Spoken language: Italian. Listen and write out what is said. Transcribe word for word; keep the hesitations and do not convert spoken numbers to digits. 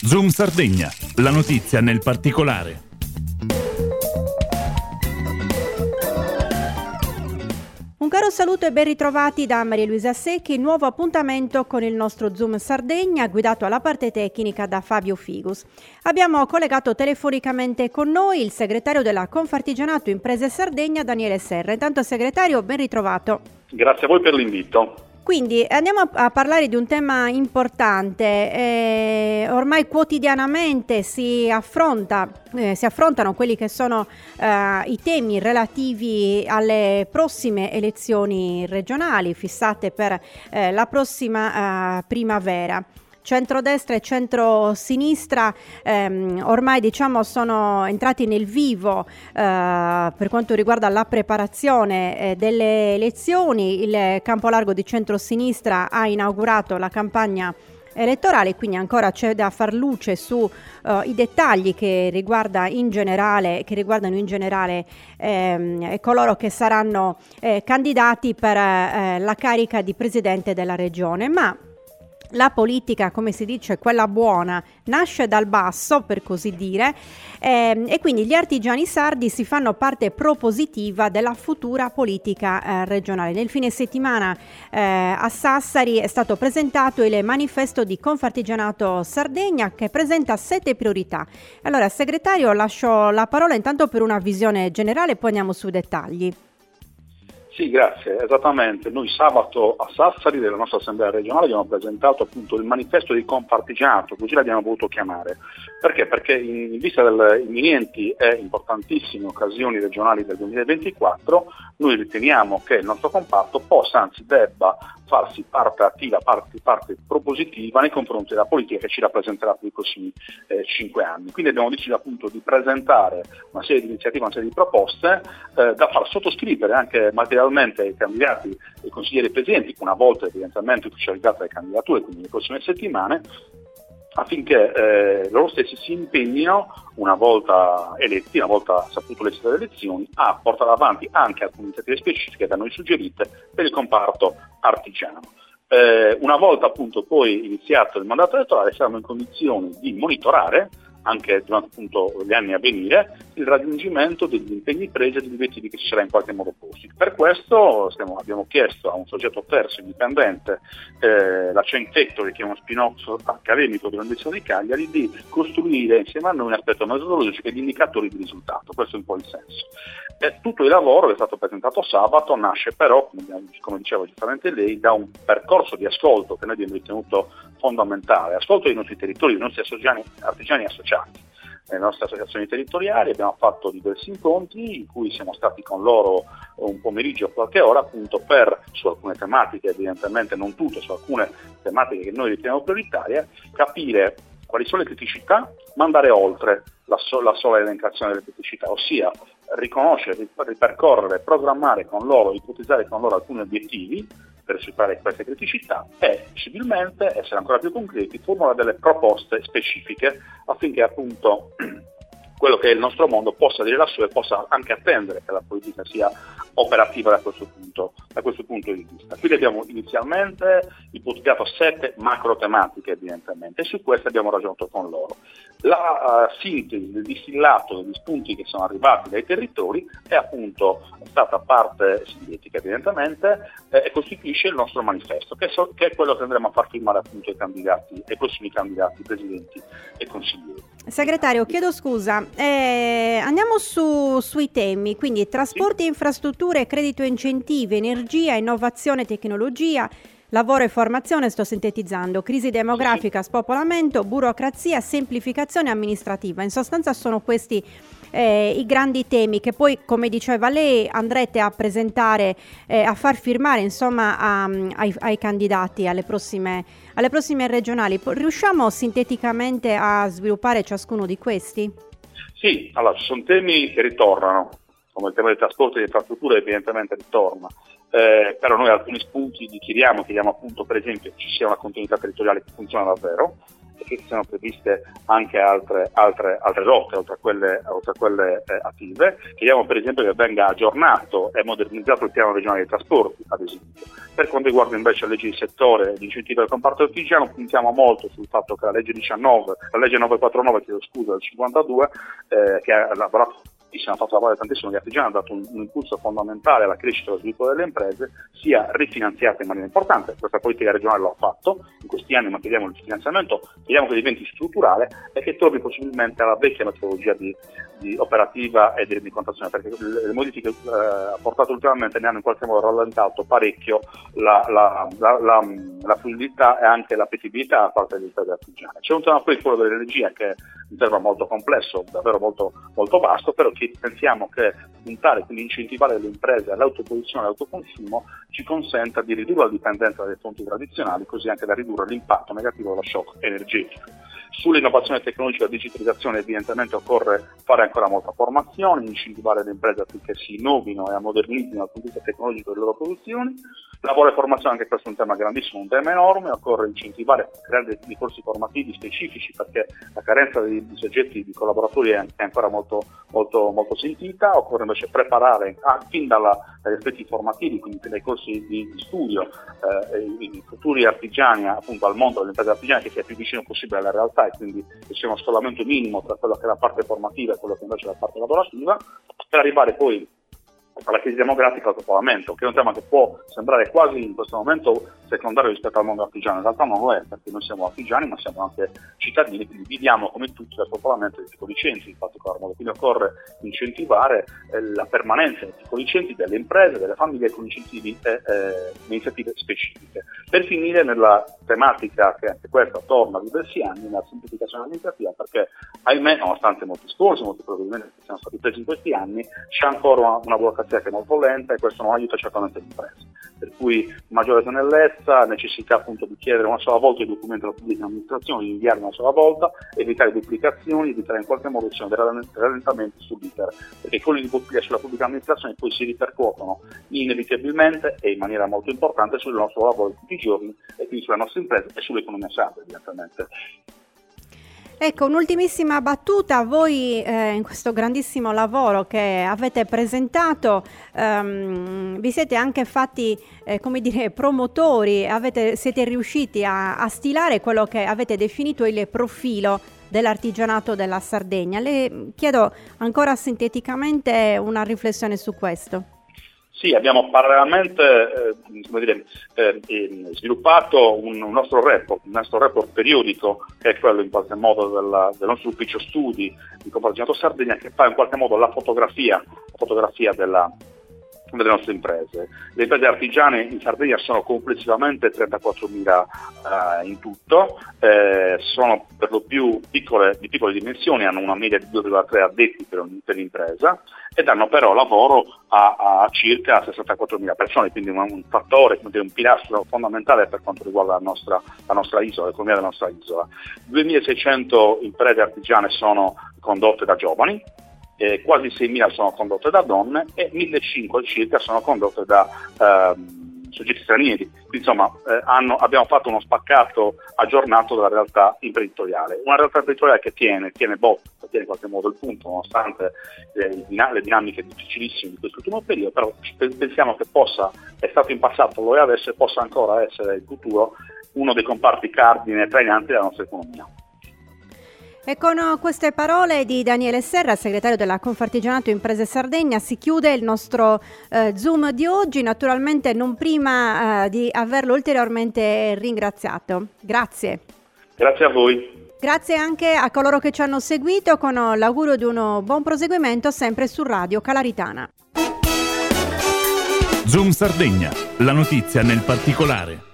Zoom Sardegna, la notizia nel particolare. Un caro saluto e ben ritrovati da Maria Luisa Secchi, nuovo appuntamento con il nostro Zoom Sardegna guidato alla parte tecnica da Fabio Figus. Abbiamo collegato telefonicamente con noi il segretario della Confartigianato Imprese Sardegna, Daniele Serra. Intanto segretario, ben ritrovato. Grazie a voi per l'invito. Quindi andiamo a, a parlare di un tema importante, eh, ormai quotidianamente si affronta, eh, si affrontano quelli che sono eh, i temi relativi alle prossime elezioni regionali fissate per eh, la prossima eh, primavera. Centrodestra e centrosinistra ehm, ormai diciamo sono entrati nel vivo eh, per quanto riguarda la preparazione eh, delle elezioni. Il campo largo di centrosinistra ha inaugurato la campagna elettorale, quindi ancora c'è da far luce su uh, i dettagli che riguarda in generale che riguardano in generale ehm, coloro che saranno eh, candidati per eh, la carica di presidente della regione. Ma la politica, come si dice, quella buona, nasce dal basso, per così dire, ehm, e quindi gli artigiani sardi si fanno parte propositiva della futura politica eh, regionale. Nel fine settimana eh, a Sassari è stato presentato il manifesto di Confartigianato Sardegna, che presenta sette priorità. Allora, segretario, lascio la parola intanto per una visione generale, poi andiamo sui dettagli. Sì, grazie, esattamente. Noi sabato a Sassari della nostra assemblea regionale abbiamo presentato appunto il manifesto di Confartigianato, così l'abbiamo voluto chiamare. Perché? Perché in vista delle imminenti e importantissime occasioni regionali del duemilaventiquattro, noi riteniamo che il nostro comparto possa, anzi debba, farsi parte attiva, parte, parte propositiva nei confronti della politica che ci rappresenterà per i prossimi eh, cinque anni. Quindi abbiamo deciso appunto di presentare una serie di iniziative, una serie di proposte eh, da far sottoscrivere anche materialmente ai candidati e consiglieri presenti, una volta evidentemente ufficializzate le candidature, quindi nelle prossime settimane, affinché eh, loro stessi si impegnino, una volta eletti, una volta saputo l'esito delle elezioni, a portare avanti anche alcune iniziative specifiche da noi suggerite per il comparto artigiano. Eh, una volta appunto poi iniziato il mandato elettorale saremo in condizioni di monitorare anche durante appunto gli anni a venire il raggiungimento degli impegni presi e degli obiettivi che ci sarà in qualche modo posti. Per questo stiamo, abbiamo chiesto a un soggetto terzo indipendente, eh, la Chain Factory, che è uno spin-off accademico dell'Università di Cagliari, di costruire insieme a noi un aspetto metodologico e di indicatori di risultato. Questo è un po' il senso. E tutto il lavoro che è stato presentato sabato nasce però, come, come diceva giustamente lei, da un percorso di ascolto che noi abbiamo ritenuto fondamentale, ascolto dei nostri territori, dei nostri artigiani, artigiani associati, le nostre associazioni territoriali. Abbiamo fatto diversi incontri in cui siamo stati con loro un pomeriggio, qualche ora, appunto per, su alcune tematiche, evidentemente non tutte, su alcune tematiche che noi riteniamo prioritarie, capire quali sono le criticità, ma andare oltre la, so, la sola elencazione delle criticità, ossia riconoscere, ripercorrere, programmare con loro, ipotizzare con loro alcuni obiettivi per superare queste criticità e possibilmente, essere ancora più concreti, formulare delle proposte specifiche affinché appunto quello che è il nostro mondo possa dire la sua e possa anche attendere che la politica sia operativa da questo punto, da questo punto di vista. Quindi abbiamo inizialmente ipotizzato sette macro tematiche evidentemente e su queste abbiamo ragionato con loro. La uh, sintesi del distillato degli spunti che sono arrivati dai territori è appunto stata parte sintetica evidentemente eh, e costituisce il nostro manifesto, che, so, che è quello che andremo a far firmare appunto ai candidati, ai prossimi candidati, presidenti e consiglieri. Segretario, chiedo scusa, eh, andiamo su, sui temi, quindi trasporti, sì. Infrastrutture, credito e incentivi, energia, innovazione e tecnologia, lavoro e formazione, sto sintetizzando, crisi demografica, spopolamento, burocrazia, semplificazione amministrativa. In sostanza sono questi eh, i grandi temi che poi, come diceva lei, andrete a presentare, eh, a far firmare insomma a, ai, ai candidati alle prossime, alle prossime regionali. Riusciamo sinteticamente a sviluppare ciascuno di questi? Sì, allora sono temi che ritornano, come il tema del trasporto e delle infrastrutture evidentemente ritorna. Eh, però noi alcuni spunti li chiediamo, chiediamo appunto per esempio che ci sia una continuità territoriale che funziona davvero, e che siano previste anche altre, altre, altre rotte oltre a quelle, oltre a quelle eh, attive. Chiediamo per esempio che venga aggiornato e modernizzato il piano regionale dei trasporti, ad esempio. Per quanto riguarda invece la legge di settore e gli incentivi al comparto artigiano, puntiamo molto sul fatto che la legge diciannove, la legge novecentoquarantanove, chiedo scusa, del cinquantadue, eh, che ha lavorato si hanno fatto lavorare tantissimo gli artigiani, hanno dato un, un impulso fondamentale alla crescita e allo sviluppo delle imprese, sia rifinanziata in maniera importante. Questa politica regionale lo ha fatto in questi anni, ma chiediamo il finanziamento, chiediamo che diventi strutturale e che torni possibilmente alla vecchia metodologia di, di operativa e di rendicontazione, perché le, le modifiche eh, apportate ultimamente ne hanno in qualche modo rallentato parecchio la, la, la, la, la fluidità e anche l'appetibilità da parte delle imprese artigiane. C'è un tema poi, quello dell'energia, che è un tema molto complesso, davvero molto, molto vasto, però pensiamo che puntare, quindi incentivare le imprese all'autoproduzione e all'autoconsumo ci consenta di ridurre la dipendenza dalle fonti tradizionali, così anche da ridurre l'impatto negativo dello shock energetico. Sull'innovazione tecnologica e la digitalizzazione evidentemente occorre fare ancora molta formazione, incentivare le imprese affinché si innovino e modernizzino dal punto di vista tecnologico le loro produzioni. Lavoro e formazione, anche questo è un tema grandissimo, un tema enorme, occorre incentivare, creare dei, dei corsi formativi specifici, perché la carenza di, di soggetti, di collaboratori è, è ancora molto, molto, molto sentita. Occorre invece preparare ah, fin dalla, dagli aspetti formativi, quindi dai corsi di, di studio, eh, i, i futuri artigiani appunto al mondo delle imprese artigiane, che sia più vicino possibile alla realtà, e quindi che sia uno scollamento minimo tra quello che è la parte formativa e quello che invece è la parte lavorativa, per arrivare poi alla crisi demografica e al popolamento, che è un tema che può sembrare quasi in questo momento secondario rispetto al mondo artigiano. In realtà non lo è, perché noi siamo artigiani ma siamo anche cittadini, quindi viviamo come tutti del popolamento dei piccoli centri in particolar modo. Quindi occorre incentivare eh, la permanenza nei piccoli centri delle imprese, delle famiglie, con incentivi e eh, iniziative specifiche. Per finire, nella tematica che anche questa torna da diversi anni, nella semplificazione amministrativa, perché ahimè, nonostante molti sforzi, molti provvedimenti che siano stati presi in questi anni, c'è ancora una, una burocrazia che è molto lenta, e questo non aiuta certamente le imprese. Per cui maggiore snellezza, necessità appunto di chiedere una sola volta i documenti alla pubblica amministrazione, di inviarli una sola volta, evitare duplicazioni, evitare in qualche modo dei rallentamenti sull'iter, perché quelli sulla pubblica amministrazione poi si ripercuotono inevitabilmente e in maniera molto importante sul nostro lavoro di tutti i giorni, e quindi sulle nostre imprese e sull'economia sarda, evidentemente. Ecco, un'ultimissima battuta. Voi eh, in questo grandissimo lavoro che avete presentato ehm, vi siete anche fatti, eh, come dire, promotori, avete, siete riusciti a, a stilare quello che avete definito il profilo dell'artigianato della Sardegna. Le chiedo ancora sinteticamente una riflessione su questo. Sì, abbiamo parallelamente eh, come dire, eh, sviluppato un, un nostro report, un nostro report periodico, che è quello in qualche modo della, del nostro ufficio studi di Compartaginato Sardegna, che fa in qualche modo la fotografia, la fotografia della, delle nostre imprese. Le imprese artigiane in Sardegna sono complessivamente trentaquattromila eh, in tutto, eh, sono per lo più piccole, di piccole dimensioni, hanno una media di due virgola tre addetti per, per impresa, e danno però lavoro a, a circa sessantaquattromila persone, quindi un, un fattore, come dire, un pilastro fondamentale per quanto riguarda la nostra, la nostra isola, l'economia della nostra isola. duemilaseicento imprese artigiane sono condotte da giovani, eh, quasi seimila sono condotte da donne e millecinquecento circa sono condotte da ehm, soggetti stranieri. Quindi insomma eh, hanno, abbiamo fatto uno spaccato aggiornato della realtà imprenditoriale, una realtà imprenditoriale che tiene, tiene botta, tiene in qualche modo il punto, nonostante eh, le dinamiche difficilissime di quest'ultimo periodo, però pensiamo che possa, è stato in passato, lo è adesso e possa ancora essere in futuro uno dei comparti cardine trainanti della nostra economia. E con queste parole di Daniele Serra, segretario della Confartigianato Imprese Sardegna, si chiude il nostro eh, Zoom di oggi, naturalmente non prima eh, di averlo ulteriormente ringraziato. Grazie. Grazie a voi. Grazie anche a coloro che ci hanno seguito, con l'augurio di un buon proseguimento sempre su Radio Calaritana. Zoom Sardegna, la notizia nel particolare.